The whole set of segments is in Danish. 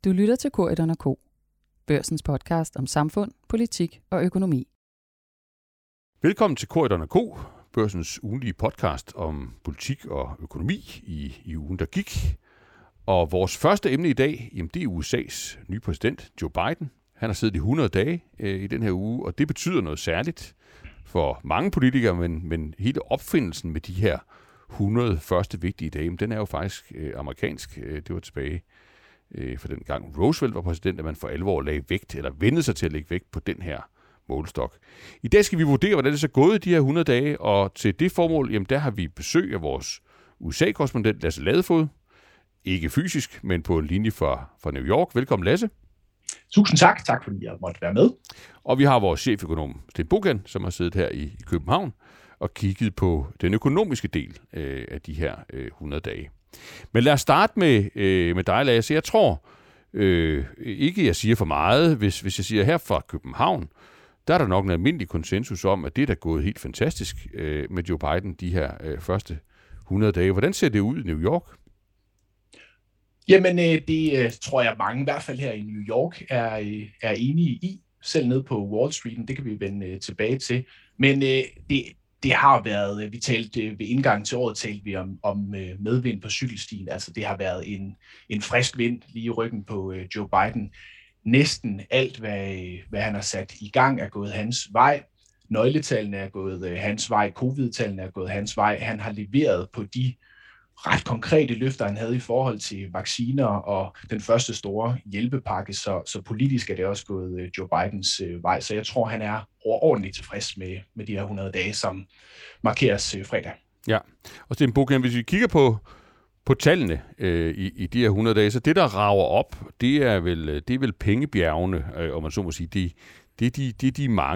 Du lytter til Corydon & Co., Børsens podcast om samfund, politik og økonomi. Velkommen til Corydon & Co., Børsens ugenlige podcast om politik og økonomi i ugen, der gik. Og vores første emne i dag, jamen det er USA's nye præsident, Joe Biden. Han har siddet i 100 dage i den her uge, og det betyder noget særligt for mange politikere, men hele opfindelsen med de her 100 første vigtige dage, den er jo faktisk amerikansk. Det var tilbage for den gang Roosevelt var præsident, at man for alvor lagde vægt, eller vendte sig til at lægge vægt på den her målestok. I dag skal vi vurdere, hvordan det så gået de her 100 dage, og til det formål, jamen der har vi besøg af vores USA-korrespondent Lasse Ladefoged. Ikke fysisk, men på en linje fra New York. Velkommen, Lasse. Tusind tak. Tak fordi jeg måtte være med. Og vi har vores cheføkonom, Sten Bogan, som har siddet her i København og kigget på den økonomiske del af de her 100 dage. Men lad os starte med dig, Lasse. Jeg tror ikke, jeg siger for meget, hvis jeg siger her fra København, der er der nok en almindelig konsensus om, at det er gået helt fantastisk med Joe Biden de her første 100 dage. Hvordan ser det ud i New York? Jamen, det tror jeg mange, i hvert fald her i New York, er enige i. Selv nede på Wall Street, det kan vi vende tilbage til. Men det har været, vi talte ved indgangen til året, talte vi om medvind på cykelstien. Altså det har været en frisk vind lige i ryggen på Joe Biden. Næsten alt, hvad han har sat i gang, er gået hans vej. Nøgletallene er gået hans vej. Covid-tallene er gået hans vej. Han har leveret på de ret konkrete løfter, han havde i forhold til vacciner og den første store hjælpepakke, så politisk er det også gået Joe Bidens vej. Så jeg tror, han er overordentligt tilfreds med de her 100 dage, som markeres fredag. Ja, og Sten Bogan, hvis vi kigger på tallene i de her 100 dage, så det, der rager op, det er vel pengebjergene, om man så må sige. Det er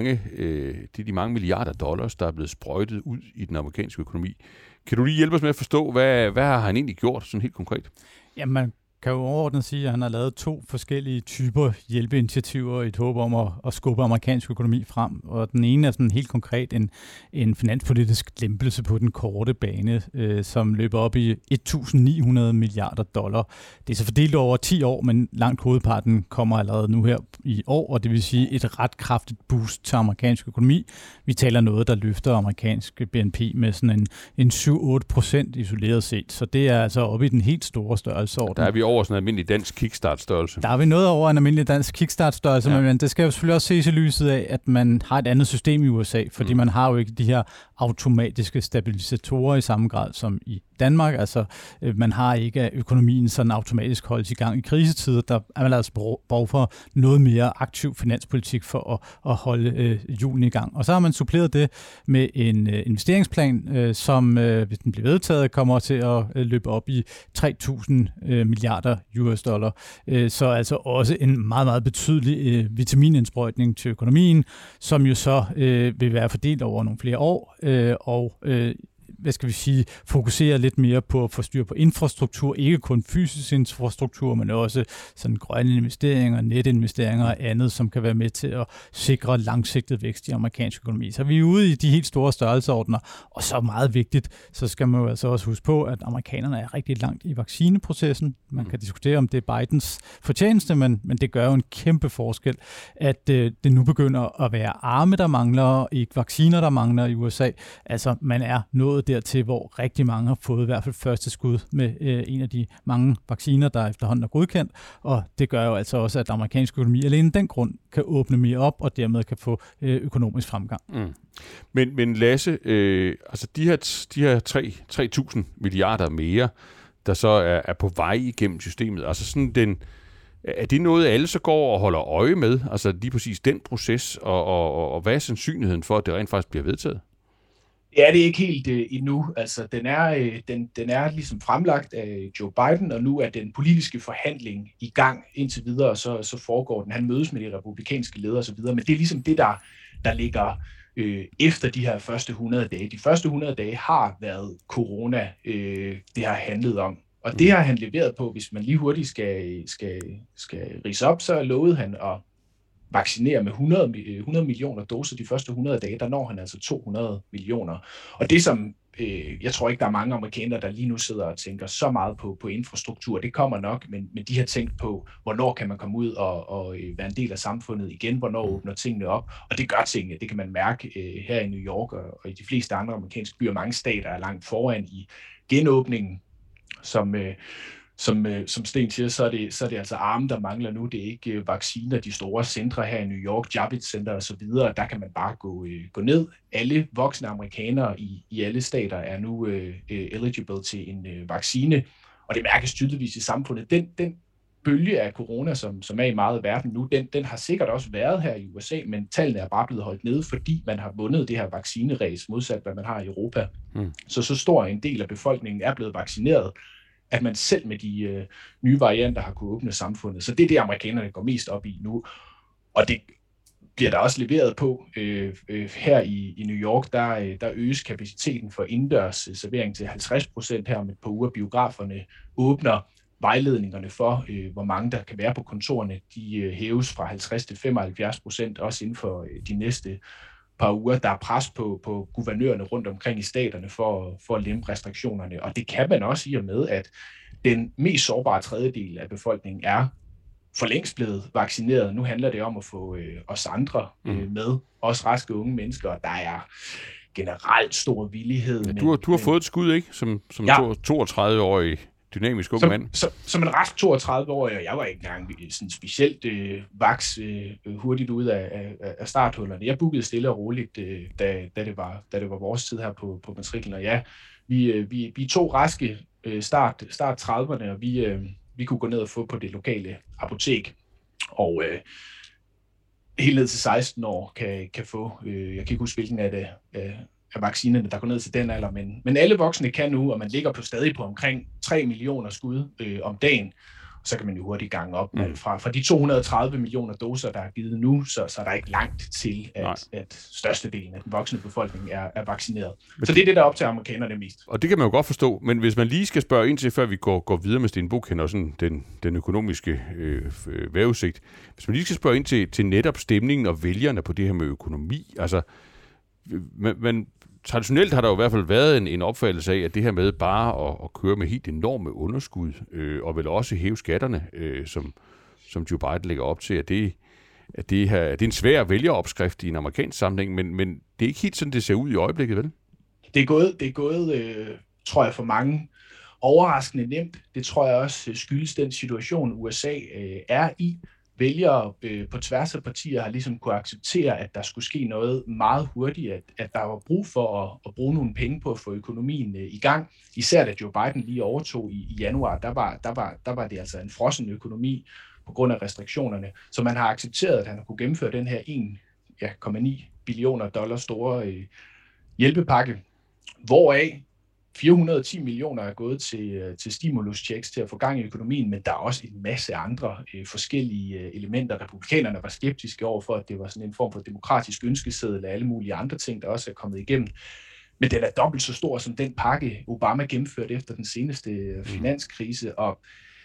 de mange milliarder dollars, der er blevet sprøjtet ud i den amerikanske økonomi. Kan du lige hjælpe os med at forstå, hvad har han egentlig gjort sådan helt konkret? Jamen, man kan jo overordnet sige, at han har lavet 2 forskellige typer hjælpeinitiativer i et håb om at skubbe amerikansk økonomi frem. Og den ene er sådan helt konkret en finanspolitisk lempelse på den korte bane, som løber op i 1.900 milliarder dollar. Det er så fordelt over 10 år, men langt hovedparten kommer allerede nu her i år, og det vil sige et ret kraftigt boost til amerikansk økonomi. Vi taler noget, der løfter amerikansk BNP med sådan en 7-8% isoleret set, så det er altså oppe i den helt store størrelsesorden. Der er vi over sådan en almindelig dansk kickstart-størrelse. Der er vi noget over en almindelig dansk kickstart-størrelse, ja. Men det skal jo selvfølgelig også ses i lyset af, at man har et andet system i USA, fordi man har jo ikke de her automatiske stabilisatorer i samme grad som i Danmark. Altså, man har ikke, at økonomien sådan automatisk holdes i gang i krisetider. Der er man altså brug for noget mere aktiv finanspolitik for at holde hjulene i gang. Og så har man suppleret det med en investeringsplan, som, hvis den bliver vedtaget, kommer til at løbe op i 3.000 milliarder US dollar. Så altså også en meget, meget betydelig vitaminindsprøjtning til økonomien, som jo så vil være fordelt over nogle flere år, og hvad skal vi sige, fokusere lidt mere på at få styr på infrastruktur, ikke kun fysisk infrastruktur, men også sådan grønne investeringer, netinvesteringer og andet, som kan være med til at sikre langsigtet vækst i amerikansk økonomi. Så vi er ude i de helt store størrelsesordener, og så meget vigtigt, så skal man jo altså også huske på, at amerikanerne er rigtig langt i vaccineprocessen. Man kan diskutere, om det er Bidens fortjeneste, men det gør jo en kæmpe forskel, at det nu begynder at være arme, der mangler, ikke vacciner, der mangler i USA. Altså, man er nået dertil, hvor rigtig mange har fået i hvert fald første skud med en af de mange vacciner, der efterhånden er godkendt, og det gør jo altså også, at amerikansk økonomi alene den grund kan åbne mere op, og dermed kan få økonomisk fremgang. Men Lasse, altså de her 3.000 milliarder mere, der så er på vej igennem systemet, altså sådan er det noget, alle så går og holder øje med, altså lige præcis den proces, og hvad er sandsynligheden for, at det rent faktisk bliver vedtaget? Ja, det er ikke helt endnu. Altså, den er ligesom fremlagt af Joe Biden, og nu er den politiske forhandling i gang indtil videre, så foregår den. Han mødes med de republikanske ledere osv., men det er ligesom det, der ligger efter de her første 100 dage. De første 100 dage har været corona, det har handlet om. Og det har han leveret på. Hvis man lige hurtigt skal ridse op, så lovede han at vaccinere med 100 millioner doser de første 100 dage. Der når han altså 200 millioner. Og det, som jeg tror ikke, der er mange amerikanere, der lige nu sidder og tænker så meget på infrastruktur. Det kommer nok, men de har tænkt på, hvornår kan man komme ud og være en del af samfundet igen, hvornår åbner tingene op, og det gør tingene. Det kan man mærke her i New York og i de fleste andre amerikanske byer. Mange stater er langt foran i genåbningen, som Sten siger, så er det altså arme, der mangler nu. Det er ikke vacciner, de store centre her i New York, Javits Center og så videre. Der kan man bare gå ned. Alle voksne amerikanere i alle stater er nu eligible til en vaccine, og det mærkes tydeligvis i samfundet. Den bølge af corona, som er i meget af verden nu, den har sikkert også været her i USA, men tallene er bare blevet holdt nede, fordi man har vundet det her vaccineræs, modsat hvad man har i Europa. Så stor en del af befolkningen er blevet vaccineret, at man selv med de nye varianter har kunnet åbne samfundet. Så det er det, amerikanerne går mest op i nu. Og det bliver der også leveret på. Her i New York, der øges kapaciteten for indendørs servering til 50% her om et par uger. Biograferne åbner. Vejledningerne for, hvor mange der kan være på kontorerne, de hæves fra 50 til 75%, også inden for de næste par uger. Der er pres på guvernørerne rundt omkring i staterne for at lempe restriktionerne, og det kan man også i og med, at den mest sårbare tredjedel af befolkningen er for længst blevet vaccineret. Nu handler det om at få os andre med, også raske unge mennesker, og der er generelt stor villighed. Ja, du har fået et skud, ikke? Som 32-årig dynamisk ung mand. Som en rask 32-årig, og jeg var ikke engang sådan specielt hurtigt ud af starthullerne. Jeg bookede stille og roligt, da det var vores tid her på matriklen, og ja, vi tog raske start 30'erne, og vi kunne gå ned og få på det lokale apotek, og helt ned til 16 år kan få, jeg kan ikke huske hvilken af det, af vaccinerne, der går ned til den alder, men alle voksne kan nu, og man ligger stadig på omkring 3 millioner skud om dagen, og så kan man jo hurtigt gange op. Fra de 230 millioner doser, der er givet nu, så er der ikke langt til, at størstedelen af den voksne befolkning er vaccineret. Så det er det, der optager amerikanerne mest. Og det kan man jo godt forstå, men hvis man lige skal spørge ind til, før vi går videre med Sten Buch og sådan den økonomiske vejrudsigt, hvis man lige skal spørge ind til netop stemningen og vælgerne på det her med økonomi, altså men traditionelt har der jo i hvert fald været en opfattelse af, at det her med bare at køre med helt enorme underskud, og vel også hæve skatterne, som Joe Biden lægger op til, at det er en svær vælgeropskrift i en amerikansk sammenhæng, men det er ikke helt sådan, det ser ud i øjeblikket, vel? Det er gået, tror jeg, for mange overraskende nemt. Det tror jeg også skyldes den situation, USA er i. Vælgere på tværs af partier har ligesom kunne acceptere, at der skulle ske noget meget hurtigt, at der var brug for at bruge nogle penge på at få økonomien i gang. Især da Joe Biden lige overtog i januar, der var det altså en frossen økonomi på grund af restriktionerne. Så man har accepteret, at han kunne gennemføre den her 1,9 billioner dollar store hjælpepakke, hvoraf 410 millioner er gået til stimulus-checks til at få gang i økonomien, men der er også en masse andre forskellige elementer. Republikanerne var skeptiske over for, at det var sådan en form for demokratisk ønskeseddel af alle mulige andre ting, der også er kommet igennem. Men den er dobbelt så stor som den pakke, Obama gennemførte efter den seneste finanskrise, og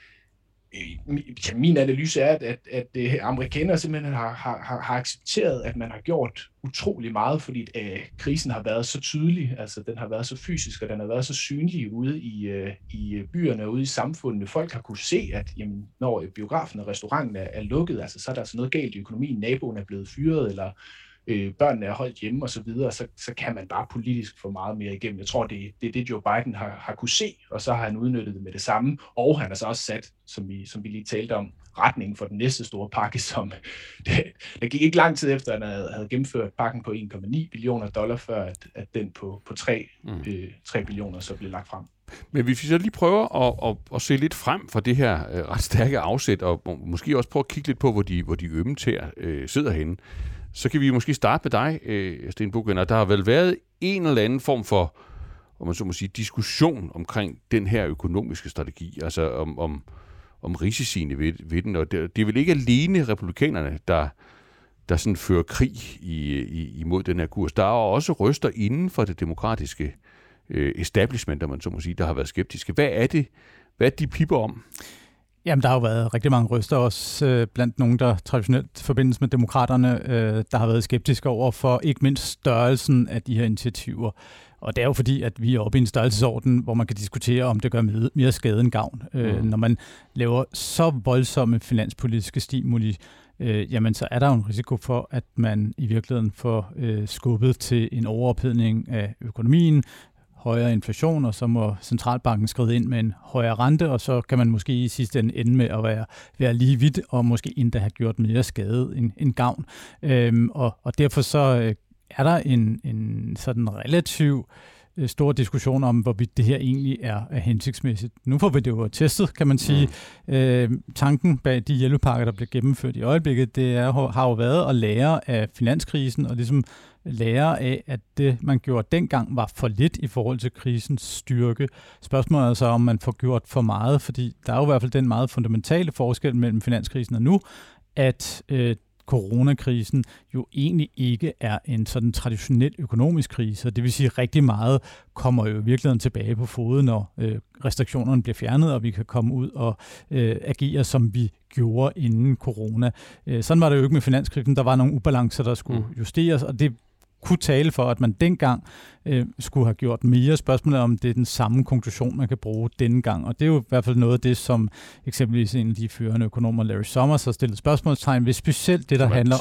min analyse er, at amerikanere simpelthen har accepteret, at man har gjort utrolig meget, fordi krisen har været så tydelig, altså den har været så fysisk, og den har været så synlig ude i byerne og ude i samfundet. Folk har kunne se, at jamen, når biografen og restauranten er lukket, altså, så er der altså noget galt i økonomien, naboen er blevet fyret, eller børnene er holdt hjemme og så videre, så kan man bare politisk få meget mere igennem. Jeg tror, det er det, Joe Biden har kunne se, og så har han udnyttet det med det samme, og han har så også sat, som vi lige talte om, retningen for den næste store pakke, som der gik ikke lang tid efter, at han havde gennemført pakken på 1,9 billioner dollar, før at den på 3 billioner så blev lagt frem. Men hvis vi så lige prøver at se lidt frem fra det her ret stærke afsæt, og måske også prøve at kigge lidt på, hvor de ømme tæer sidder henne, så kan vi måske starte med dig, Sten Buch. Der har vel været en eller anden form for, om man så må sige, diskussion omkring den her økonomiske strategi, altså om risiciene ved den, og det er vel ikke alene republikanerne, der sådan fører krig imod den her kurs. Der er også røster inden for det demokratiske establishment, om man så må sige, der har været skeptiske. Hvad er de pipper om? Jamen, der har jo været rigtig mange røster også blandt nogen, der traditionelt forbindes med demokraterne, der har været skeptiske over for ikke mindst størrelsen af de her initiativer. Og det er jo fordi, at vi er oppe i en størrelsesorden, hvor man kan diskutere, om det gør mere skade end gavn. Når man laver så voldsomme finanspolitiske stimuli, jamen så er der jo en risiko for, at man i virkeligheden får skubbet til en overophedning af økonomien, højere inflation, og så må centralbanken skride ind med en højere rente, og så kan man måske i sidste ende med at være lige vidt, og måske endda have gjort mere skade end gavn. Og derfor så er der en sådan relativ stor diskussion om, hvorvidt det her egentlig er hensigtsmæssigt. Nu får vi det jo testet, kan man sige. Tanken bag de hjælpepakker, der bliver gennemført i øjeblikket, det har jo været at lære af finanskrisen, og ligesom lære af, at det, man gjorde dengang, var for lidt i forhold til krisens styrke. Spørgsmålet er så, om man får gjort for meget, fordi der er jo i hvert fald den meget fundamentale forskel mellem finanskrisen og nu, at coronakrisen jo egentlig ikke er en sådan traditionel økonomisk krise, og det vil sige, at rigtig meget kommer jo i virkeligheden tilbage på fod, når restriktionerne bliver fjernet, og vi kan komme ud og agere, som vi gjorde inden corona. Sådan var det jo ikke med finanskrisen. Der var nogle ubalancer, der skulle justeres, og det kunne tale for, at man dengang skulle have gjort mere. Spørgsmålet om det er den samme konklusion, man kan bruge denne gang. Og det er jo i hvert fald noget af det, som eksempelvis en af de førende økonomer, Larry Summers, har stillet spørgsmålstegn ved, specielt det, der handler om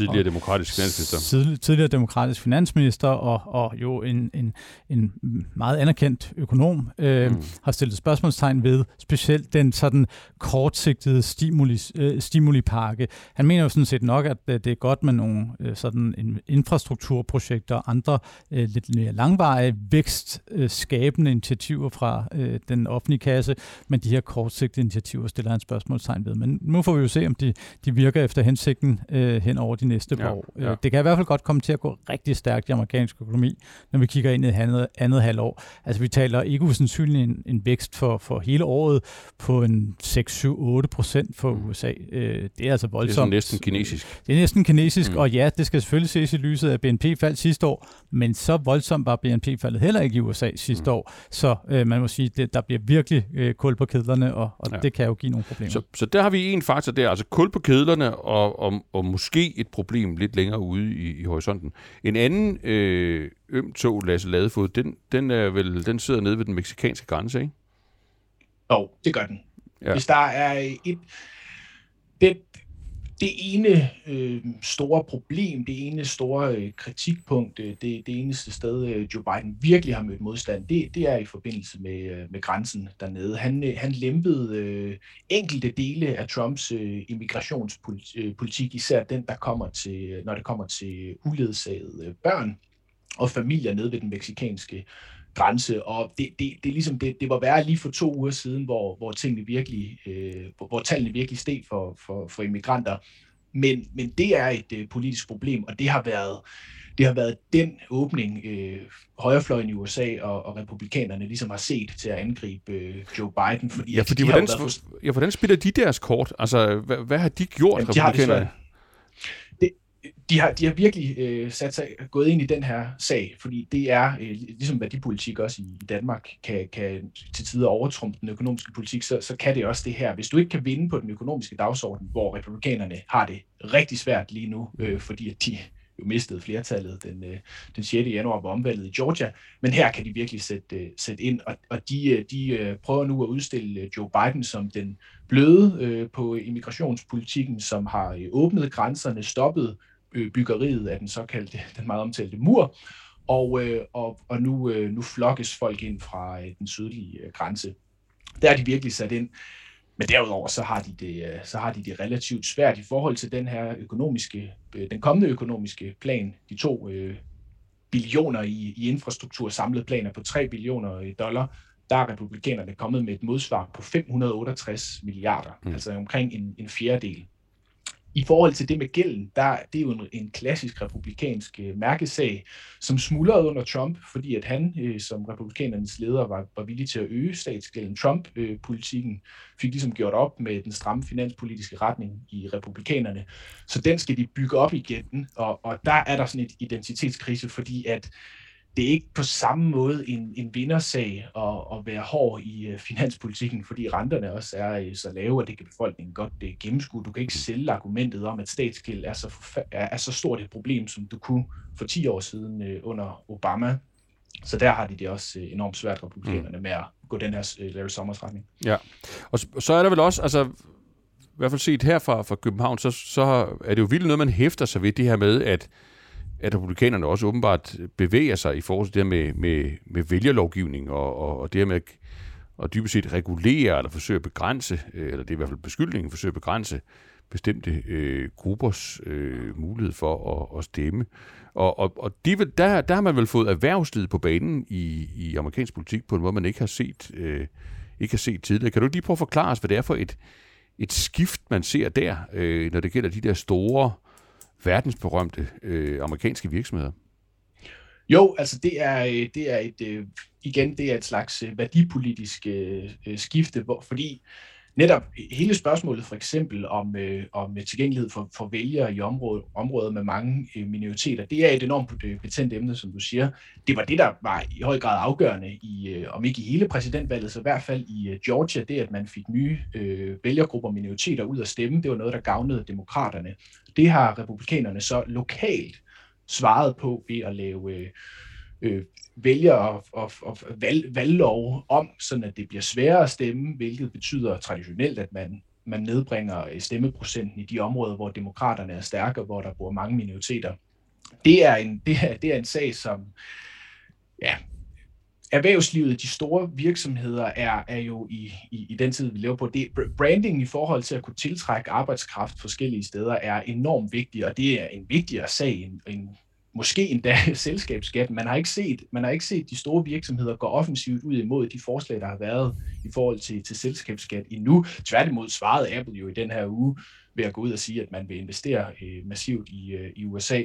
tidligere demokratisk finansminister, og jo en meget anerkendt økonom, har stillet spørgsmålstegn ved, specielt den sådan kortsigtede stimulipakke. Han mener jo sådan set nok, at det er godt med nogle sådan infrastrukturprojekter og andre lidt mere langvarige vækstskabende initiativer fra den offentlige kasse, men de her kortsigtede initiativer stiller han spørgsmålstegn ved. Men nu får vi jo se, om de virker efter hensigten hen over de næste par år. Ja. Det kan i hvert fald godt komme til at gå rigtig stærkt i amerikansk økonomi, når vi kigger ind i andet halvår. Altså vi taler ikke usandsynligt en vækst for hele året på en 6-7-8% for USA. Det er altså voldsomt. Det er næsten kinesisk. Det er næsten kinesisk, og ja, det skal selvfølgelig ses i lyset af BNP faldt sidste år, men så voldsomt var BNP-faldet heller ikke i USA sidste år, så man må sige, at der bliver virkelig kul på kedlerne, og det kan jo give nogle problemer. Så der har vi en faktor der, altså kul på kedlerne, og måske et problem lidt længere ude i horisonten. En anden øm tog, Lasse Ladefod, den sidder nede ved den mexikanske grænse, ikke? Jo, det gør den. Ja. Hvis der er det ene store problem, det ene store kritikpunkt, det eneste sted, Joe Biden virkelig har mødt modstand, det er i forbindelse med grænsen dernede. Han lempede enkelte dele af Trumps immigrationspolitik, især den, når det kommer til uledsagede børn og familier nede ved den mexikanske grænse, og det var værre lige for 2 uger siden, hvor tallene virkelig steg for immigranter. Men det er et politisk problem, og det har været den åbning, højrefløjen i USA og republikanerne ligesom har set til at angribe Joe Biden. Hvordan spiller de deres kort? Altså, hvad har de gjort, republikanerne? De har virkelig gået ind i den her sag, fordi det er ligesom værdipolitik også i Danmark kan til tider overtrumpe den økonomiske politik, så kan det også det her. Hvis du ikke kan vinde på den økonomiske dagsorden, hvor republikanerne har det rigtig svært lige nu, fordi at de jo mistede flertallet den 6. januar ved omvalget i Georgia, men her kan de virkelig sætte ind, og de prøver nu at udstille Joe Biden som den bløde på immigrationspolitikken, som har åbnet grænserne, stoppet byggeriet af den meget omtalte mur, og nu flokkes folk ind fra den sydlige grænse. Der er de virkelig sat ind. Men derudover så har de det relativt svært i forhold til den kommende økonomiske plan, de 2 billioner i infrastruktur, samlede planer på $3 billioner. Der er republikanerne kommet med et modsvar på 568 milliarder, altså omkring en fjerdedel. I forhold til det med gælden, det er jo en klassisk republikansk mærkesag, som smuldrede under Trump, fordi at han som republikanernes leder var villig til at øge statsgælden. Trump-politikken fik ligesom gjort op med den stramme finanspolitiske retning i republikanerne. Så den skal de bygge op igen, og der er der sådan et identitetskrise, fordi at det er ikke på samme måde en vindersag at være hård i finanspolitikken, fordi renterne også er så lave, at det kan befolkningen godt gennemskue. Du kan ikke sælge argumentet om, at statsgæld er så stort et problem, som du kunne for 10 år siden under Obama. Så der har de det også enormt svært, republikanerne, med at gå den her Larry Summers retning. Ja, og så er der vel også, altså i hvert fald set her fra København, så er det jo vildt noget, man hæfter sig ved det her med, at republikanerne også åbenbart bevæger sig i forhold til det her med vælgerlovgivning og det her med at dybest set regulere eller forsøge at begrænse, eller det er i hvert fald beskyldningen, forsøge at begrænse bestemte gruppers mulighed for at stemme. Og der har man vel fået erhvervslivet på banen i amerikansk politik på en måde, man ikke har set tidligere. Kan du lige prøve at forklare os, hvad det er for et skift, man ser der, når det gælder de der store, verdensberømte amerikanske virksomheder? Jo, altså det er et slags værdipolitisk skifte, fordi netop hele spørgsmålet for eksempel om tilgængelighed for vælgere i områder med mange minoriteter, det er et enormt betændt emne, som du siger. Det var det, der var i høj grad afgørende om ikke i hele præsidentvalget, så i hvert fald i Georgia, det at man fik nye vælgergrupper og minoriteter ud at stemme, det var noget, der gavnede demokraterne. Det har republikanerne så lokalt svaret på ved at lave vælger- og valglov om, sådan at det bliver sværere at stemme, hvilket betyder traditionelt, at man nedbringer stemmeprocenten i de områder, hvor demokraterne er stærke, og hvor der bor mange minoriteter. Det er en sag, som erhvervslivet, de store virksomheder er jo i den tid, vi lever på. Branding i forhold til at kunne tiltrække arbejdskraft forskellige steder er enormt vigtigt, og det er en vigtigere sag end måske endda selskabsskat. Man har ikke set de store virksomheder gå offensivt ud imod de forslag, der har været i forhold til selskabsskat endnu. Tværtimod svarede Apple jo i den her uge ved at gå ud og sige, at man vil investere massivt i USA.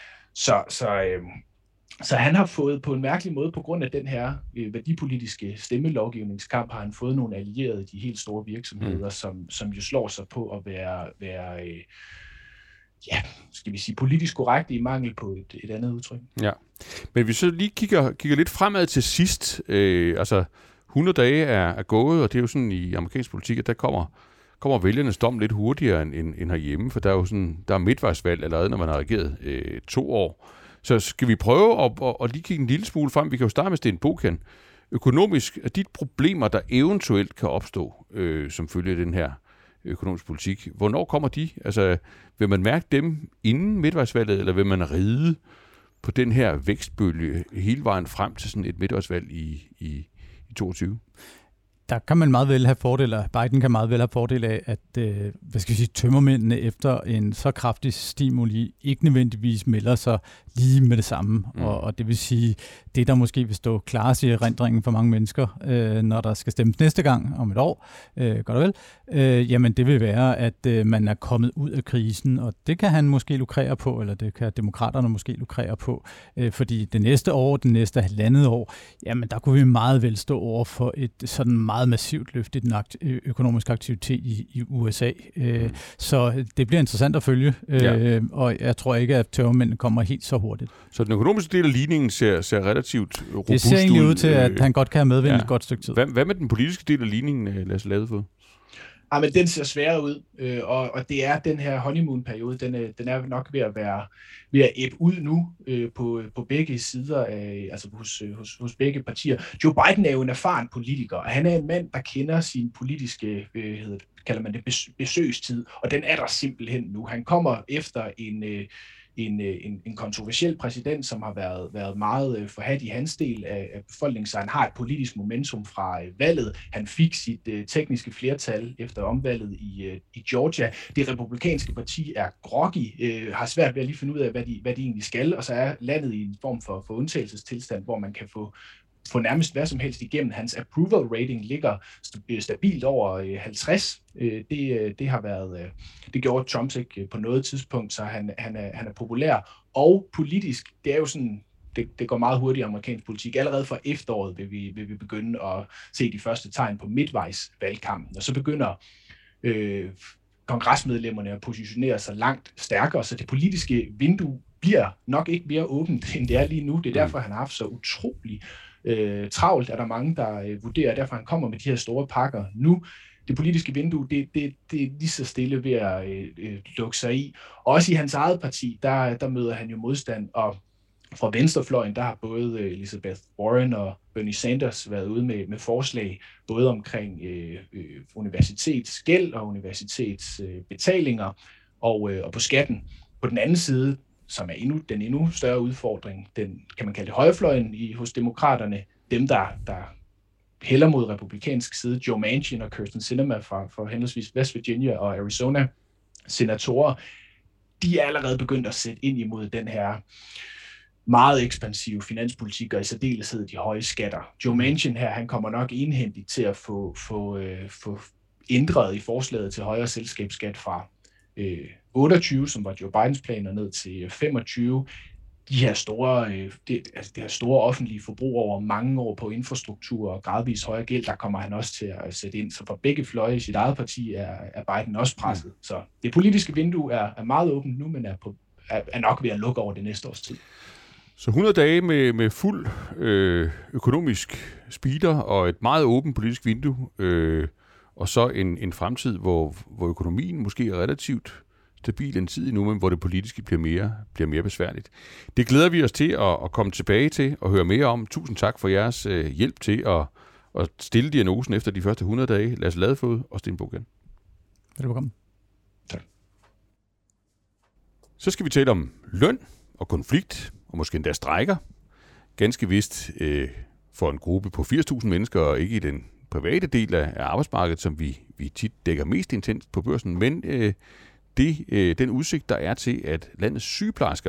Så han har fået på en mærkelig måde, på grund af den her værdipolitiske stemmelovgivningskamp, har han fået nogle allierede i de helt store virksomheder, som jo slår sig på at være skal vi sige, politisk korrekt i mangel på et andet udtryk. Ja, men vi så lige kigger lidt fremad til sidst. Altså 100 dage er gået, og det er jo sådan i amerikansk politik, at der kommer vælgernes dom lidt hurtigere end herhjemme, for der er midtvejsvalg allerede, når man har regeret 2 år. Så skal vi prøve at lige kigge en lille smule frem. Vi kan jo starte med Sten Bokan. Økonomisk er de problemer, der eventuelt kan opstå som følge af den her økonomisk politik. Hvornår kommer de? Altså, vil man mærke dem inden midtvejsvalget, eller vil man ride på den her vækstbølge hele vejen frem til sådan et midtvejsvalg i 22? Der kan man meget vel have fordele, Biden kan meget vel have fordele af, at tømmermændene efter en så kraftig stimuli ikke nødvendigvis melder sig lige med det samme. Og det vil sige, det der måske vil stå klarest i erindringen for mange mennesker, når der skal stemmes næste gang om et år, godt og vel, jamen det vil være, at man er kommet ud af krisen, og det kan han måske lukrere på, eller det kan demokraterne måske lukrere på, fordi det næste år, det næste halvandet år, jamen der kunne vi meget vel stå over for et sådan meget massivt løft i den økonomiske aktivitet i USA. Så det bliver interessant at følge, og jeg tror ikke, at tørmændene kommer helt så hurtigt. Så den økonomiske del af ligningen ser relativt robust ud? Det ser egentlig ud til, at han godt kan have medvind et godt stykke tid. Hvad med den politiske del af ligningen, Lasse Ladefod? Ja, men den ser sværere ud, og det er den her honeymoon-periode, den er nok ved at ebbe ud nu på begge sider, altså hos begge partier. Joe Biden er jo en erfaren politiker, og han er en mand, der kender sin politiske, kalder man det, besøgstid, og den er der simpelthen nu. Han kommer efter en kontroversiel præsident, som har været meget forhat i hans del af befolkningen, så han har et politisk momentum fra valget. Han fik sit tekniske flertal efter omvalget i Georgia. Det republikanske parti er groggy, har svært ved at lige finde ud af, hvad de egentlig skal, og så er landet i en form for undtagelsestilstand, hvor man kan få nærmest hvad som helst igennem. Hans approval rating ligger stabilt over 50. Det har været, det gjorde Trump ikke på noget tidspunkt, så han er populær. Og politisk, det er jo sådan, det går meget hurtigt i amerikansk politik. Allerede fra efteråret vil vi begynde at se de første tegn på midtvejsvalgkampen, og så begynder kongresmedlemmerne at positionere sig langt stærkere, så det politiske vindue bliver nok ikke mere åbent, end det er lige nu. Det er derfor, han har haft så utrolig travlt, er der mange, der vurderer, derfor han kommer med de her store pakker nu. Det politiske vindue, det er lige så stille ved at lukke sig i. Og også i hans eget parti, der møder han jo modstand, og Fra venstrefløjen, der har både Elizabeth Warren og Bernie Sanders været ude med forslag, både omkring universitetsgæld og universitetsbetalinger og på skatten. På den anden side, som er den endnu større udfordring, den kan man kalde det højrefløjen hos demokraterne, dem der hælder mod republikansk side, Joe Manchin og Kyrsten Sinema fra henholdsvis West Virginia og Arizona, senatorer, de er allerede begyndt at sætte ind imod den her meget ekspansive finanspolitik, og i særdeleshed de høje skatter. Joe Manchin her, han kommer nok enhændigt til at få ændret i forslaget til højere selskabsskat fra 28, som var Joe Bidens planer, ned til 25. Det her store offentlige forbrug over mange år på infrastruktur og gradvis højere gæld, der kommer han også til at sætte ind. Så for begge fløje i sit eget parti er Biden også presset. Så det politiske vindue er meget åbent nu, men er nok ved at lukke over det næste års tid. Så 100 dage med fuld økonomisk speeder og et meget åbent politisk vindue, og så en fremtid, hvor økonomien måske er relativt stabil en tid endnu, men hvor det politiske bliver mere besværligt. Det glæder vi os til at komme tilbage til og høre mere om. Tusind tak for jeres hjælp til at stille diagnosen efter de første 100 dage. Lasse Ladefod og Sten Bogen. Velkommen. Tak. Så skal vi tale om løn og konflikt, og måske endda strejker. Ganske vist for en gruppe på 80.000 mennesker, og ikke i den private del af arbejdsmarkedet, som vi tit dækker mest intenst på børsen, men den udsigt, der er til, at landets sygeplejersker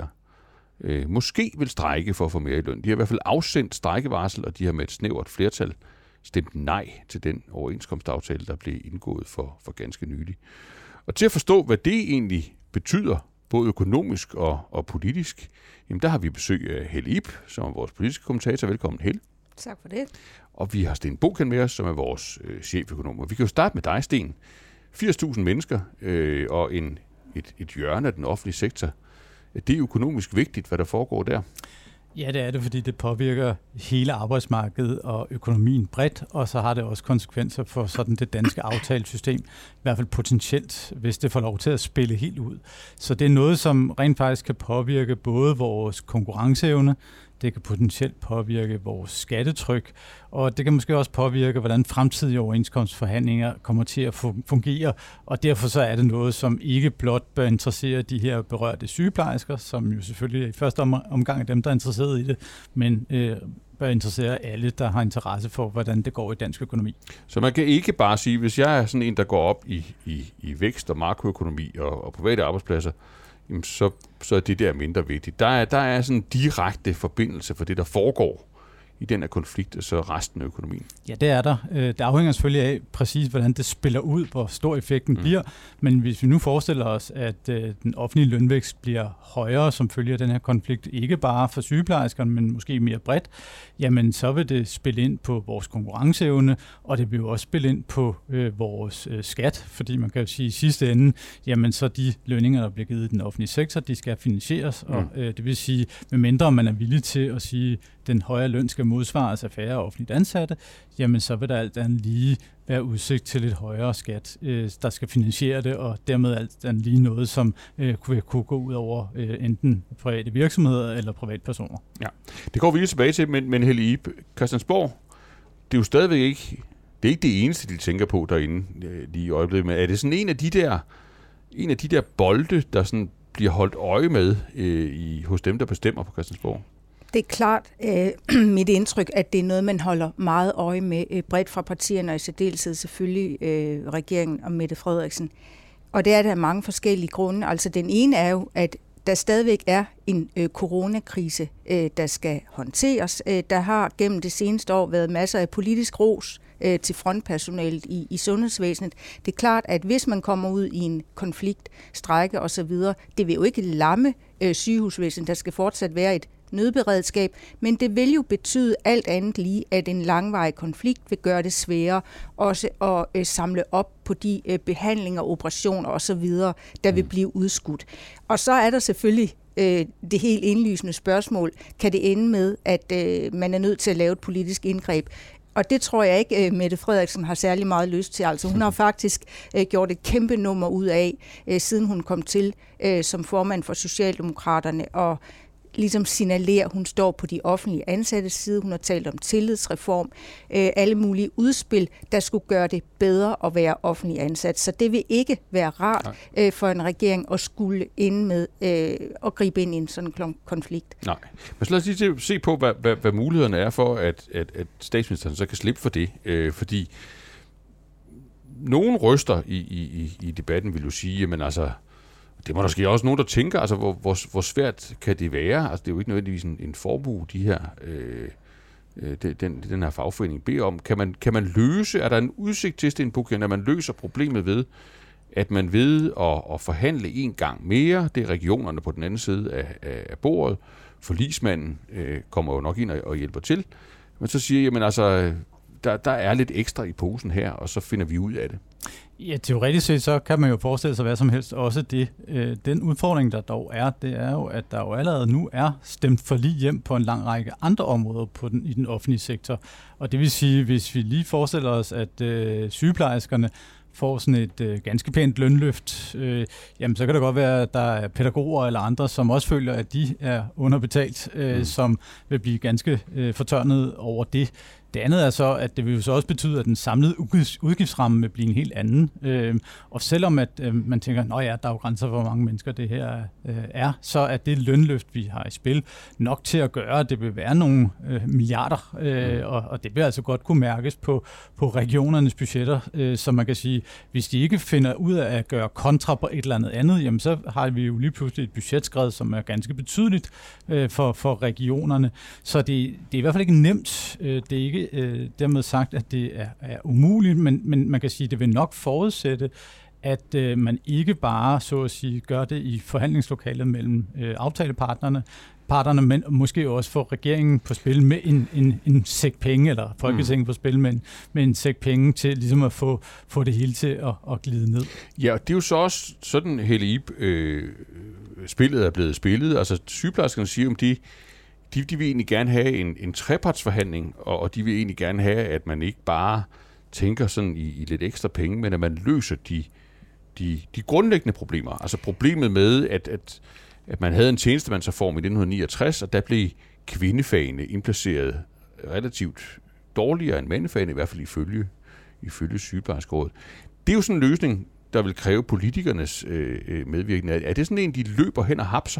måske vil strejke for at få mere i løn. De har i hvert fald afsendt strejkevarsel, og de har med et snævert flertal stemt nej til den overenskomstaftale, der blev indgået for ganske nylig. Og til at forstå, hvad det egentlig betyder, både økonomisk og politisk, jamen der har vi besøg af Helle Ib, som er vores politiske kommentator. Velkommen, Helle. Tak for det. Og vi har Sten Bogen med os, som er vores cheføkonom. Og vi kan jo starte med dig, Sten. 80.000 mennesker og et hjørne af den offentlige sektor. Det er økonomisk vigtigt, hvad der foregår der. Ja, det er det, fordi det påvirker hele arbejdsmarkedet og økonomien bredt, og så har det også konsekvenser for sådan det danske aftalesystem, i hvert fald potentielt, hvis det får lov til at spille helt ud. Så det er noget, som rent faktisk kan påvirke både vores konkurrenceevne, det kan potentielt påvirke vores skattetryk, og det kan måske også påvirke, hvordan fremtidige overenskomstforhandlinger kommer til at fungere, og derfor så er det noget, som ikke blot bør interessere de her berørte sygeplejersker, som jo selvfølgelig i første omgang er dem, der er interesseret i det, men bør interessere alle, der har interesse for, hvordan det går i dansk økonomi. Så man kan ikke bare sige, hvis jeg er sådan en, der går op i vækst og makroøkonomi og private arbejdspladser, jamen så er det der mindre vigtigt. Der er sådan en direkte forbindelse for det, der foregår i den her konflikt, og så resten af økonomien. Ja, det er der. Det afhænger selvfølgelig af præcis, hvordan det spiller ud, hvor stor effekten bliver. Men hvis vi nu forestiller os, at den offentlige lønvækst bliver højere som følge af den her konflikt, ikke bare for sygeplejerskerne, men måske mere bredt, jamen så vil det spille ind på vores konkurrenceevne, og det vil jo også spille ind på vores skat, fordi man kan jo sige i sidste ende, jamen så de lønninger, der bliver givet i den offentlige sektor, de skal finansieres, og det vil sige, medmindre man er villig til at sige, at den højere løn skal modsvares af færre offentligt ansatte, jamen så vil der alt andet lige være udsigt til et højere skat, der skal finansiere det, og dermed alt andet lige noget, som kunne gå ud over enten private virksomheder eller privatpersoner. Ja, det går vi lige tilbage til, men Helle Ib, Christiansborg, det er jo stadigvæk ikke, det er ikke det eneste, de tænker på derinde lige i øjeblikket, men er det sådan en af de der bolde, der sådan bliver holdt øje med hos dem, der bestemmer på Christiansborg? Det er klart mit indtryk, at det er noget, man holder meget øje med bredt fra partierne, og i særdeleshed selvfølgelig regeringen og Mette Frederiksen. Og det er der mange forskellige grunde. Altså den ene er jo, at der stadigvæk er en coronakrise, der skal håndteres. Der har gennem det seneste år været masser af politisk ros til frontpersonalet i sundhedsvæsenet. Det er klart, at hvis man kommer ud i en konflikt, strejke osv., det vil jo ikke lamme sygehusvæsenet. Der skal fortsat være et nødberedskab, men det vil jo betyde alt andet lige, at en langvarig konflikt vil gøre det sværere også at samle op på de behandlinger, operationer osv., der vil blive udskudt. Og så er der selvfølgelig det helt indlysende spørgsmål, kan det ende med, at man er nødt til at lave et politisk indgreb? Og det tror jeg ikke, Mette Frederiksen har særlig meget lyst til. Altså hun har faktisk gjort et kæmpe nummer ud af, siden hun kom til som formand for Socialdemokraterne, og ligesom signalerer, hun står på de offentlige ansattes side. Hun har talt om tillidsreform, alle mulige udspil, der skulle gøre det bedre at være offentlig ansat. Så det vil ikke være rart for en regering at skulle ende med at gribe ind i en sådan konflikt. Nej, men så lad os lige se på, hvad mulighederne er for, at statsministeren så kan slippe for det. Fordi nogen røster i debatten vil jo sige, jamen altså, det må der ske også nogen, der tænker, altså hvor svært kan det være? Altså det er jo ikke nødvendigvis en forbud, de her, den her fagforening beder om. Kan man løse, er der en udsigt til, Sten Buch, at man løser problemet ved, at man ved at forhandle en gang mere, det er regionerne på den anden side af bordet, forligsmanden kommer jo nok ind og hjælper til, men så siger, jamen altså, der er lidt ekstra i posen her, og så finder vi ud af det. Ja, teoretisk set, så kan man jo forestille sig hvad som helst. Også det. Den udfordring, der dog er, det er jo, at der jo allerede nu er stemt forlig hjem på en lang række andre områder i den offentlige sektor. Og det vil sige, hvis vi lige forestiller os, at sygeplejerskerne får sådan et ganske pænt lønløft, jamen så kan det godt være, at der er pædagoger eller andre, som også føler, at de er underbetalt, som vil blive ganske fortørnet over det. Det andet er så, at det vil jo så også betyde, at den samlede udgiftsramme vil blive en helt anden. Og selvom at man tænker, at der er jo grænser for, hvor mange mennesker det her er, så er det lønløft, vi har i spil, nok til at gøre, at det vil være nogle milliarder. Og det vil altså godt kunne mærkes på regionernes budgetter, så man kan sige, hvis de ikke finder ud af at gøre kontra på et eller andet, jamen så har vi jo lige pludselig et budgetskred, som er ganske betydeligt for regionerne. Så det er i hvert fald ikke nemt. Det er ikke dermed sagt, at det er umuligt, men man kan sige, at det vil nok forudsætte, at man ikke bare, så at sige, gør det i forhandlingslokalet mellem aftaleparterne, men måske også få regeringen på spil med en sæk penge, eller Folketinget på spil med en sæk penge til ligesom at få det hele til at glide ned. Ja, det er jo så også sådan, Helle spillet er blevet spillet. Altså sygeplejerskerne siger, om de vil egentlig gerne have en trepartsforhandling, og de vil egentlig gerne have, at man ikke bare tænker sådan i lidt ekstra penge, men at man løser de grundlæggende problemer. Altså problemet med, at man havde en tjenestemandsreform i 1969, og der blev kvindefagene indplaceret relativt dårligere end mandefagene, i hvert fald ifølge sygeplejerskerådet. Det er jo sådan en løsning, der vil kræve politikernes medvirkning. Er det sådan en, de løber hen og hapser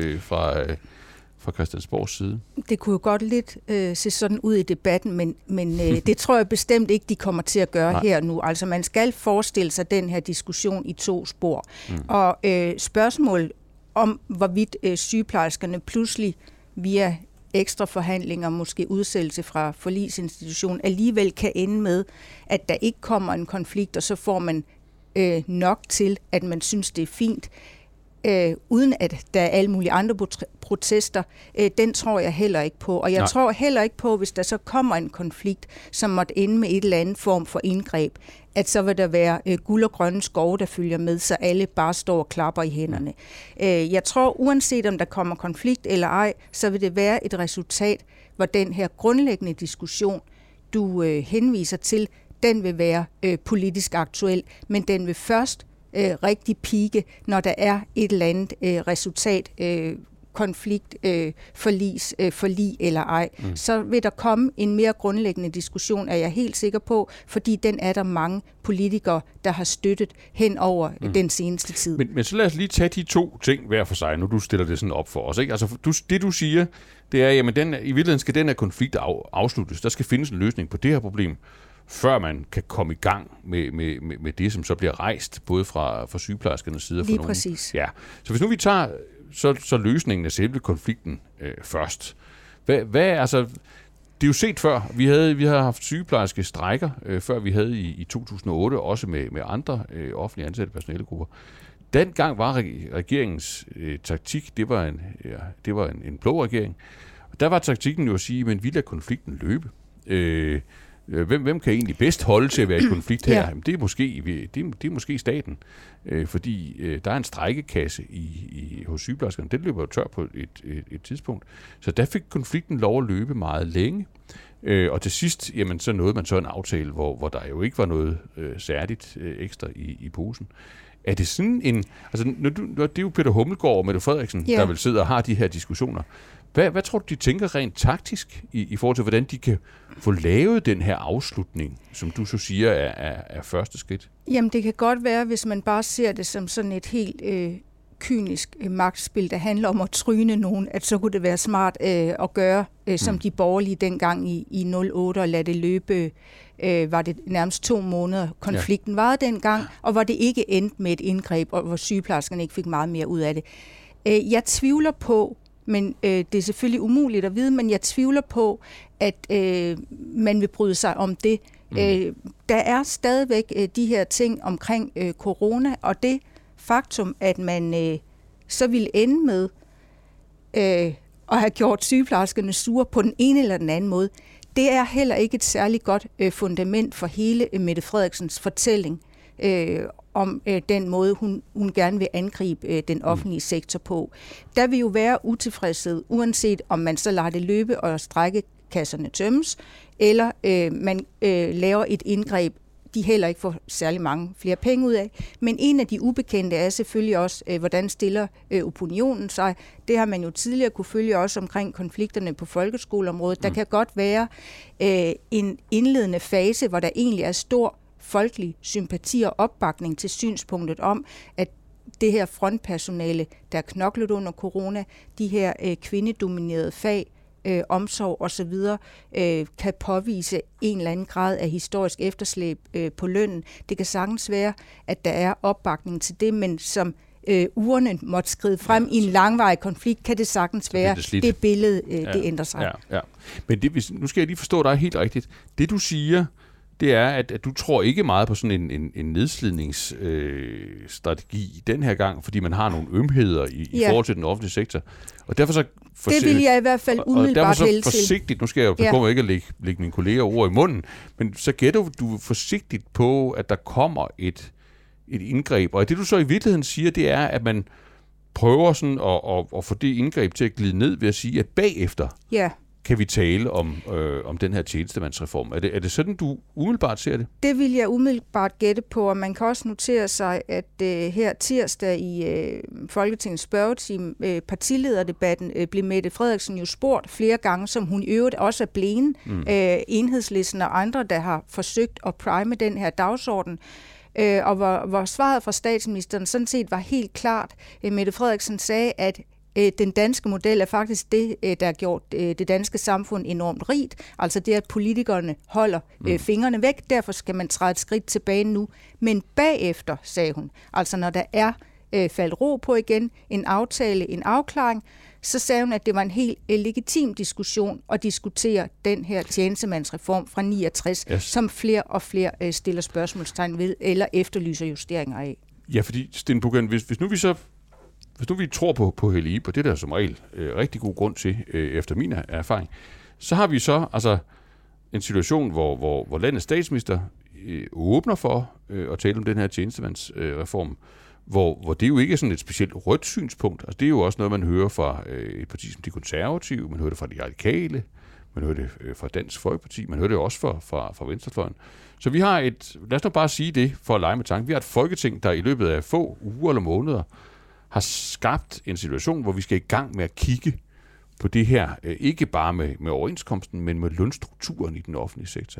fra Christiansborgs side? Det kunne jo godt lidt se sådan ud i debatten, men det tror jeg bestemt ikke, de kommer til at gøre her nu. Altså man skal forestille sig den her diskussion i 2 spor. Og spørgsmål om, hvorvidt sygeplejerskerne pludselig via ekstra forhandlinger, måske udsættelse fra forligsinstitutionen, alligevel kan ende med, at der ikke kommer en konflikt, og så får man nok til, at man synes, det er fint, uden at der er alle mulige andre protester, den tror jeg heller ikke på. Og jeg tror heller ikke på, hvis der så kommer en konflikt, som måtte ende med et eller andet form for indgreb, at så vil der være guld og grønne skove, der følger med, så alle bare står og klapper i hænderne. Jeg tror, uanset om der kommer konflikt eller ej, så vil det være et resultat, hvor den her grundlæggende diskussion, du henviser til, den vil være politisk aktuel, men den vil først rigtig pike, når der er et eller andet resultat, konflikt, forlig eller ej. Så vil der komme en mere grundlæggende diskussion, er jeg helt sikker på, fordi den er der mange politikere, der har støttet hen over den seneste tid. Men så lad os lige tage de 2 ting hver for sig, nu du stiller det sådan op for os. Ikke? Altså, det du siger, det er, jamen i virkeligheden skal den her konflikt afsluttes. Der skal findes en løsning på det her problem, før man kan komme i gang med det, som så bliver rejst, både fra sygeplejerskernes side og fra nogen. Præcis. Ja. Så hvis nu vi tager så løsningen af selve konflikten først. Altså, det er jo set før. Vi har haft sygeplejerske strejker, før vi havde i 2008, også med andre offentlige ansatte personalegrupper. Dengang var regeringens taktik, det var en blå regering. Der var taktikken jo at sige, men vi lader konflikten løbe. Hvem kan egentlig bedst holde til at være i konflikt her? Jamen, det er måske staten, fordi der er en strejkekasse hos sygeplejerskerne. Den løber jo tør på et tidspunkt. Så der fik konflikten lov at løbe meget længe. Og til sidst, jamen, så nåede man så en aftale, hvor der jo ikke var noget særligt ekstra i posen. Er det sådan en... Altså, det er jo Peter Hummelgaard og Mette Frederiksen, der vil sidde og har de her diskussioner. Hvad tror du, de tænker rent taktisk i forhold til, hvordan de kan få lavet den her afslutning, som du så siger er første skridt? Jamen, det kan godt være, hvis man bare ser det som sådan et helt kynisk magtspil, der handler om at tryne nogen, at så kunne det være smart at gøre, som de borgerlige dengang i 08 og lade det løbe, var det nærmest 2 måneder. Konflikten varede dengang, og hvor det ikke endte med et indgreb, og hvor sygeplejerskerne ikke fik meget mere ud af det. Jeg tvivler på, men det er selvfølgelig umuligt at vide, men jeg tvivler på, at man vil bryde sig om det. Der er stadigvæk de her ting omkring corona, og det faktum, at man så ville ende med at have gjort sygeplejerskerne sure på den ene eller den anden måde, det er heller ikke et særligt godt fundament for hele Mette Frederiksens fortælling om den måde, hun gerne vil angribe den offentlige sektor på. Der vil jo være utilfredshed, uanset om man så lader det løbe og strækkekasserne tømmes, eller man laver et indgreb, de heller ikke får særlig mange flere penge ud af. Men en af de ubekendte er selvfølgelig også, hvordan stiller opinionen sig. Det har man jo tidligere kunne følge også omkring konflikterne på folkeskoleområdet. Der kan godt være en indledende fase, hvor der egentlig er stor folkelig sympati og opbakning til synspunktet om, at det her frontpersonale, der er knoklet under corona, de her kvindedominerede fag, omsorg osv., kan påvise en eller anden grad af historisk efterslæb på lønnen. Det kan sagtens være, at der er opbakning til det, men som ugerne måtte skride frem i en langvarig konflikt, kan det sagtens være, det billede, det ændrer sig. Ja. Men nu skal jeg lige forstå dig helt rigtigt. Det du siger, det er, at du tror ikke meget på sådan en nedslidningsstrategi den her gang, fordi man har nogle ømheder i forhold til den offentlige sektor. Og derfor så det vil jeg i hvert fald umiddelbart hælde til. Forsigtigt, nu skal jeg jo passe på ikke at lægge mine kolleger ord i munden, men så gætter du forsigtigt på, at der kommer et indgreb. Og det du så i virkeligheden siger, det er, at man prøver sådan at få det indgreb til at glide ned ved at sige, at bagefter kan vi tale om den her tjenestemandsreform. Er det sådan, du umiddelbart ser det? Det vil jeg umiddelbart gætte på, og man kan også notere sig, at her tirsdag i Folketingets spørgetime, partilederdebatten, blev Mette Frederiksen jo spurgt flere gange, som hun i øvrigt også er blevet, Enhedslisten og andre, der har forsøgt at prime den her dagsorden. Og hvor svaret fra statsministeren sådan set var helt klart. Mette Frederiksen sagde, at den danske model er faktisk det, der har gjort det danske samfund enormt rigt. Altså det, at politikerne holder fingrene væk. Derfor skal man træde et skridt tilbage nu. Men bagefter, sagde hun, altså når der er faldt ro på igen, en aftale, en afklaring, så sagde hun, at det var en helt legitim diskussion at diskutere den her tjenestemandsreform fra 69, som flere og flere stiller spørgsmålstegn ved eller efterlyser justeringer af. Ja, fordi Sten Buchan, hvis nu vi tror på Helle Ib, og det der som regel rigtig god grund til, efter min erfaring, så har vi så altså en situation, hvor landets statsminister åbner for at tale om den her tjenestemandsreform, hvor det jo ikke er sådan et specielt rødt synspunkt. Altså det er jo også noget, man hører fra et parti som De Konservative, man hører det fra De Radikale, man hører det fra Dansk Folkeparti, man hører det også fra Venstrefløjen. Så vi har lad os nu bare sige det for at lege med tanken, vi har et folketing, der i løbet af få uger eller måneder har skabt en situation, hvor vi skal i gang med at kigge på det her, ikke bare med overenskomsten, men med lønstrukturen i den offentlige sektor.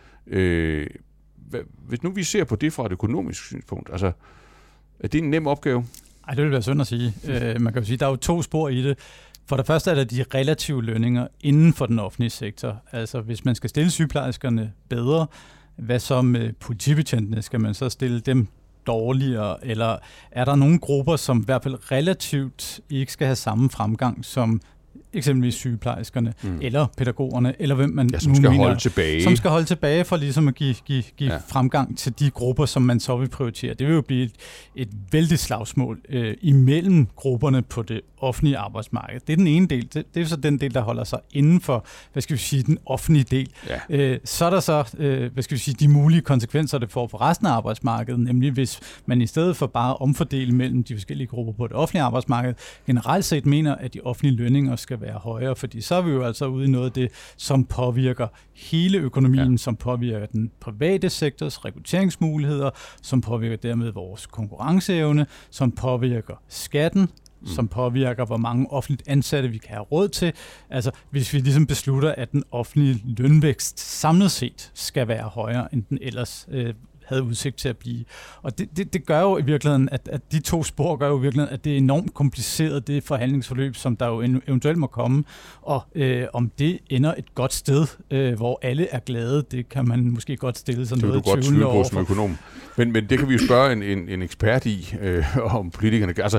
Hvis nu vi ser på det fra et økonomisk synspunkt, altså, er det en nem opgave? Ej, det vil være synd at sige. Man kan jo sige, der er jo 2 spor i det. For det første er der de relative lønninger inden for den offentlige sektor. Altså, hvis man skal stille sygeplejerskerne bedre, hvad så med politibetjentene? Skal man så stille dem dårligere, eller er der nogle grupper, som i hvert fald relativt ikke skal have samme fremgang som eksempelvis sygeplejerskerne, eller pædagogerne, eller hvem man som skal holde tilbage. Som skal holde tilbage for ligesom at give fremgang til de grupper, som man så vil prioritere. Det vil jo blive et vældigt slagsmål imellem grupperne på det offentlige arbejdsmarked. Det er den ene del. Det er så den del, der holder sig inden for, den offentlige del. Ja. Så er der så, de mulige konsekvenser, det får for resten af arbejdsmarkedet, nemlig hvis man i stedet for bare at omfordele mellem de forskellige grupper på det offentlige arbejdsmarked, generelt set mener, at de offentlige lønninger skal skal være højere, fordi så er vi jo altså ude i noget af det, som påvirker hele økonomien, som påvirker den private sektors rekrutteringsmuligheder, som påvirker dermed vores konkurrenceevne, som påvirker skatten, som påvirker, hvor mange offentligt ansatte vi kan have råd til. Altså, hvis vi ligesom beslutter, at den offentlige lønvækst samlet set skal være højere, end den ellers havde udsigt til at blive. Og det gør jo i virkeligheden, at de to spor gør jo i virkeligheden, at det er enormt kompliceret, det forhandlingsforløb, som der jo eventuelt må komme. Og om det ender et godt sted, hvor alle er glade, det kan man måske godt stille sig noget tvivlende over. Det kan du godt tvivle på som økonom. Men det kan vi jo spørge en ekspert i, om politikerne. Altså,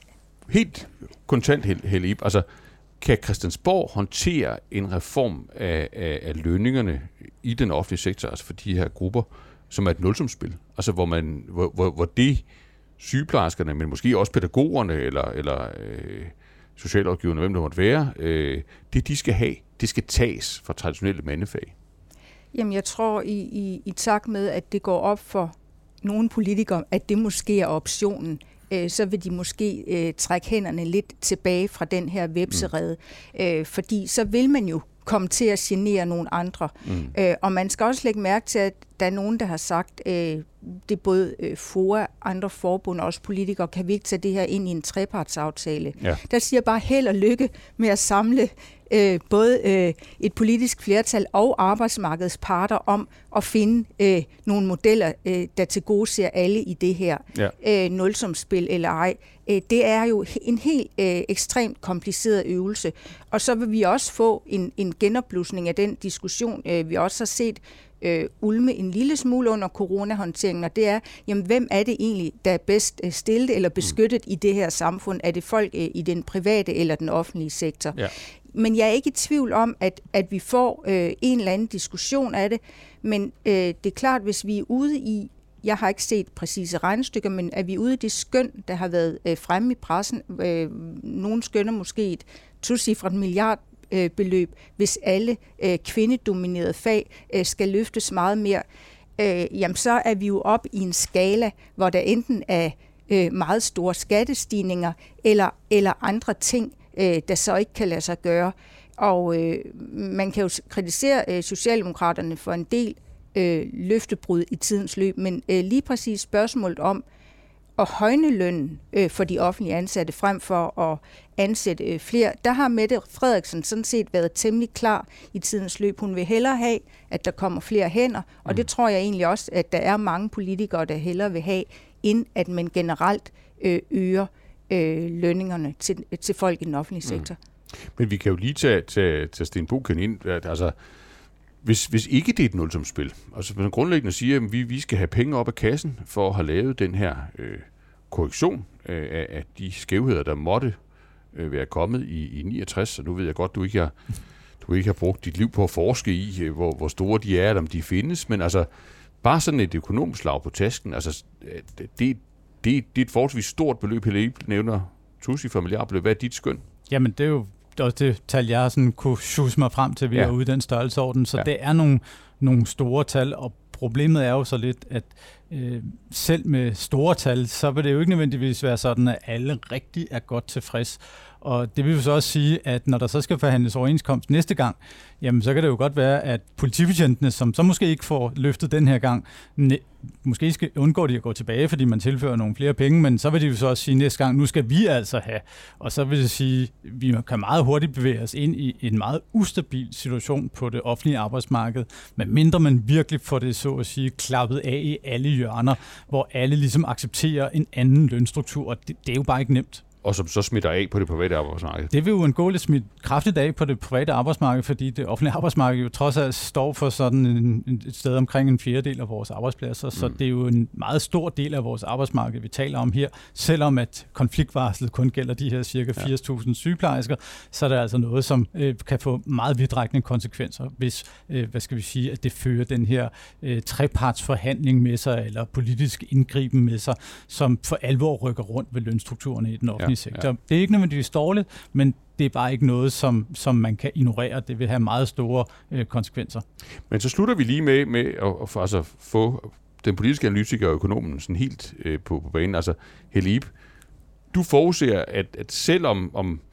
helt kontant, Helle Ib, altså, kan Christiansborg håndtere en reform af lønningerne i den offentlige sektor, altså for de her grupper, som er et nulsumsspil? Altså, hvor det sygeplejerskerne, men måske også pædagogerne, eller socialrådgiverne, hvem det måtte være, det de skal have, det skal tages fra traditionelle mandefag. Jamen, jeg tror i takt med, at det går op for nogle politikere, at det måske er optionen, så vil de måske trække hænderne lidt tilbage fra den her hvepserede. Fordi så vil man jo komme til at genere nogle andre. Og man skal også lægge mærke til, at der er nogen, der har sagt, det både FOA, andre forbund og også politikere, kan vi ikke tage det her ind i en trepartsaftale. Ja. Der siger bare held og lykke med at samle både et politisk flertal og arbejdsmarkedets parter om at finde nogle modeller, der tilgodeser alle i det her nulsumsspil eller ej. Det er jo en helt ekstremt kompliceret øvelse. Og så vil vi også få en genopblusning af den diskussion, vi også har set ulme en lille smule under coronahåndteringen, og det er, jamen, hvem er det egentlig, der er bedst stillet eller beskyttet i det her samfund? Er det folk i den private eller den offentlige sektor? Ja. Men jeg er ikke i tvivl om, at vi får en eller anden diskussion af det, men det er klart, hvis vi er ude i, jeg har ikke set præcise regnestykker, men er vi ude i det skøn, der har været fremme i pressen, nogen skønner måske et tocifret milliardbeløb, hvis alle kvindedominerede fag skal løftes meget mere, jamen så er vi jo op i en skala, hvor der enten er meget store skattestigninger eller andre ting, der så ikke kan lade sig gøre. Og man kan jo kritisere Socialdemokraterne for en del løftebrud i tidens løb, men lige præcis spørgsmålet om at højne lønnen for de offentlige ansatte frem for at ansætte flere, der har Mette Frederiksen sådan set været temmelig klar i tidens løb. Hun vil hellere have, at der kommer flere hænder, og det tror jeg egentlig også, at der er mange politikere, der hellere vil have, end at man generelt øger lønningerne til folk i den offentlige sektor. Men vi kan jo lige tage Sten Boken ind. Altså, hvis ikke det er et nulsumsspil, altså man grundlæggende siger, at vi skal have penge op af kassen for at have lavet den her korrektion af de skævheder, der måtte være kommet i 69, og nu ved jeg godt, du ikke har brugt dit liv på at forske i, hvor store de er, eller om de findes, men altså bare sådan et økonomisk slag på tasken, altså det er et forholdsvis stort beløb, Helle nævner tocifret milliardbeløb. Hvad er dit skøn? Jamen, det er jo også det tal, jeg sådan kunne sjuse mig frem til, ved at ude i den størrelseorden. Så det er nogle store tal, og problemet er jo så lidt, at selv med store tal, så vil det jo ikke nødvendigvis være sådan, at alle rigtig er godt tilfreds. Og det vil jo så også sige, at når der så skal forhandles overenskomst næste gang, jamen så kan det jo godt være, at politibetjentene, som så måske ikke får løftet den her gang, måske skal undgå de at gå tilbage, fordi man tilfører nogle flere penge, men så vil de jo så også sige næste gang, nu skal vi altså have. Og så vil det sige, at vi kan meget hurtigt bevæge os ind i en meget ustabil situation på det offentlige arbejdsmarked, medmindre man virkelig får det så at sige klappet af i alle hjørner, hvor alle ligesom accepterer en anden lønstruktur, og det er jo bare ikke nemt. Og som så smitter af på det private arbejdsmarked. Det vil jo undgåeligt smitte kraftigt af på det private arbejdsmarked, fordi det offentlige arbejdsmarked jo trods alt står for sådan et sted omkring en fjerdedel af vores arbejdspladser, så det er jo en meget stor del af vores arbejdsmarked, vi taler om her. Selvom at konfliktvarslet kun gælder de her cirka 80.000 sygeplejersker, så er det altså noget, som kan få meget vidtrækkende konsekvenser, hvis, at det fører den her trepartsforhandling med sig, eller politisk indgriben med sig, som for alvor rykker rundt ved lønstrukturerne i den offentlige sektor. Ja. Det er ikke nødvendigvis dårligt, men det er bare ikke noget, som man kan ignorere. Det vil have meget store konsekvenser. Men så slutter vi lige med at få den politiske analytiker og økonomen sådan helt på banen. Altså, Helle Ib, du forudser, at selvom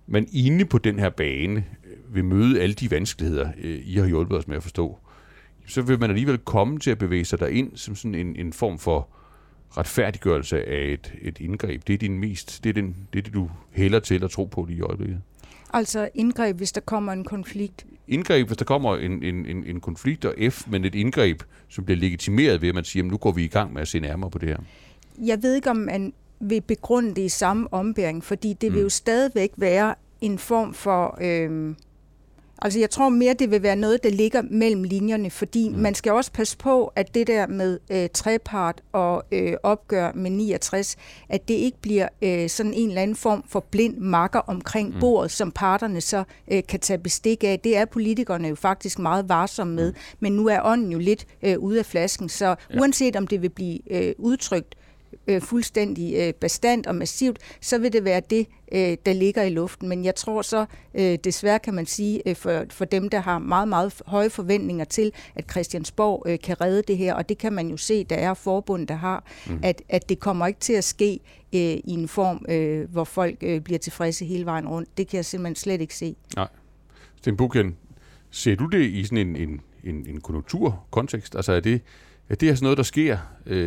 man inde på den her bane vil møde alle de vanskeligheder, I har hjulpet os med at forstå, så vil man alligevel komme til at bevæge sig derind som sådan en form for retfærdiggørelse af et indgreb. Det er det, du hælder til at tro på lige i øjeblikket. Altså indgreb, hvis der kommer en konflikt? Indgreb, hvis der kommer en konflikt, og men et indgreb, som bliver legitimeret ved, at man siger, at nu går vi i gang med at se nærmere på det her. Jeg ved ikke, om man vil begrunde det i samme ombæring, fordi det vil jo stadigvæk være en form for... Altså jeg tror mere, det vil være noget, der ligger mellem linjerne, fordi man skal også passe på, at det der med trepart og opgør med 69, at det ikke bliver sådan en eller anden form for blind makker omkring bordet, som parterne så kan tage bestik af. Det er politikerne jo faktisk meget varsomme med, men nu er ånden jo lidt ude af flasken, så uanset om det vil blive udtrykt fuldstændig bastant og massivt, så vil det være det, der ligger i luften. Men jeg tror så, desværre kan man sige, for dem, der har meget, meget høje forventninger til, at Christiansborg kan redde det her, og det kan man jo se, der er forbund, der har, at det kommer ikke til at ske i en form, hvor folk bliver tilfredse hele vejen rundt. Det kan jeg simpelthen slet ikke se. Nej. Sten Buchan, ser du det i sådan en konjunkturkontekst? Altså er det sådan noget, der sker...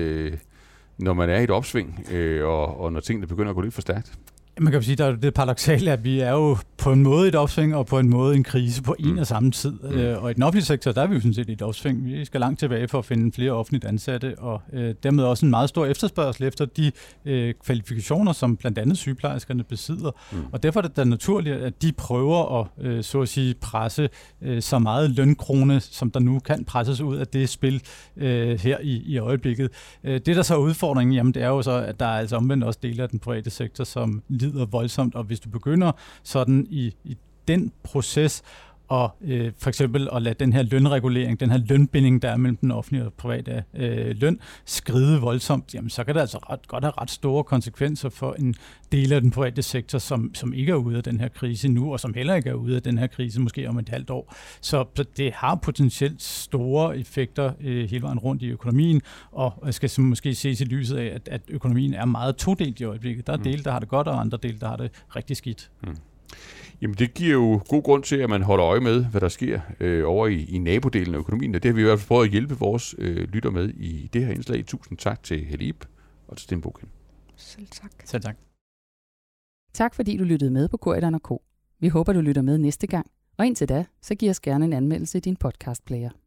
når man er i et opsving, og når tingene begynder at gå lidt for stærkt? Man kan jo sige, at der er det paradoksale, at vi er jo på en måde et opsving, og på en måde en krise på en og samme tid. Og i den offentlige sektor, der er vi jo sådan set i et opsving. Vi skal langt tilbage for at finde flere offentligt ansatte, og dermed også en meget stor efterspørgsel efter de kvalifikationer, som blandt andet sygeplejerskerne besidder. Og derfor er det da naturligt, at de prøver at, så at sige, presse så meget lønkrone, som der nu kan presses ud af det spil her i øjeblikket. Det, der så er udfordringen, jamen, det er jo så, at der er altså omvendt også dele af den private sektor, som lider voldsomt, og hvis du begynder sådan i den proces og for eksempel at lade den her lønregulering, den her lønbinding, der er mellem den offentlige og private løn, skride voldsomt, jamen så kan det altså godt have ret store konsekvenser for en del af den private sektor, som ikke er ude af den her krise nu, og som heller ikke er ude af den her krise måske om et halvt år. Så det har potentielt store effekter hele vejen rundt i økonomien, og skal måske ses i lyset af, at økonomien er meget todelt i øjeblikket. Der er dele, der har det godt, og andre dele, der har det rigtig skidt. Jamen det giver jo god grund til, at man holder øje med, hvad der sker over i nabodelen af økonomien. Og det har vi i hvert fald prøvet at hjælpe vores lytter med i det her indslag. Tusind tak til Helle Ib og til Sten Buchan. Selv tak. Selv tak. Tak fordi du lyttede med på Corydon & Co. Vi håber, du lytter med næste gang. Og indtil da, så giv os gerne en anmeldelse i din podcastplayer.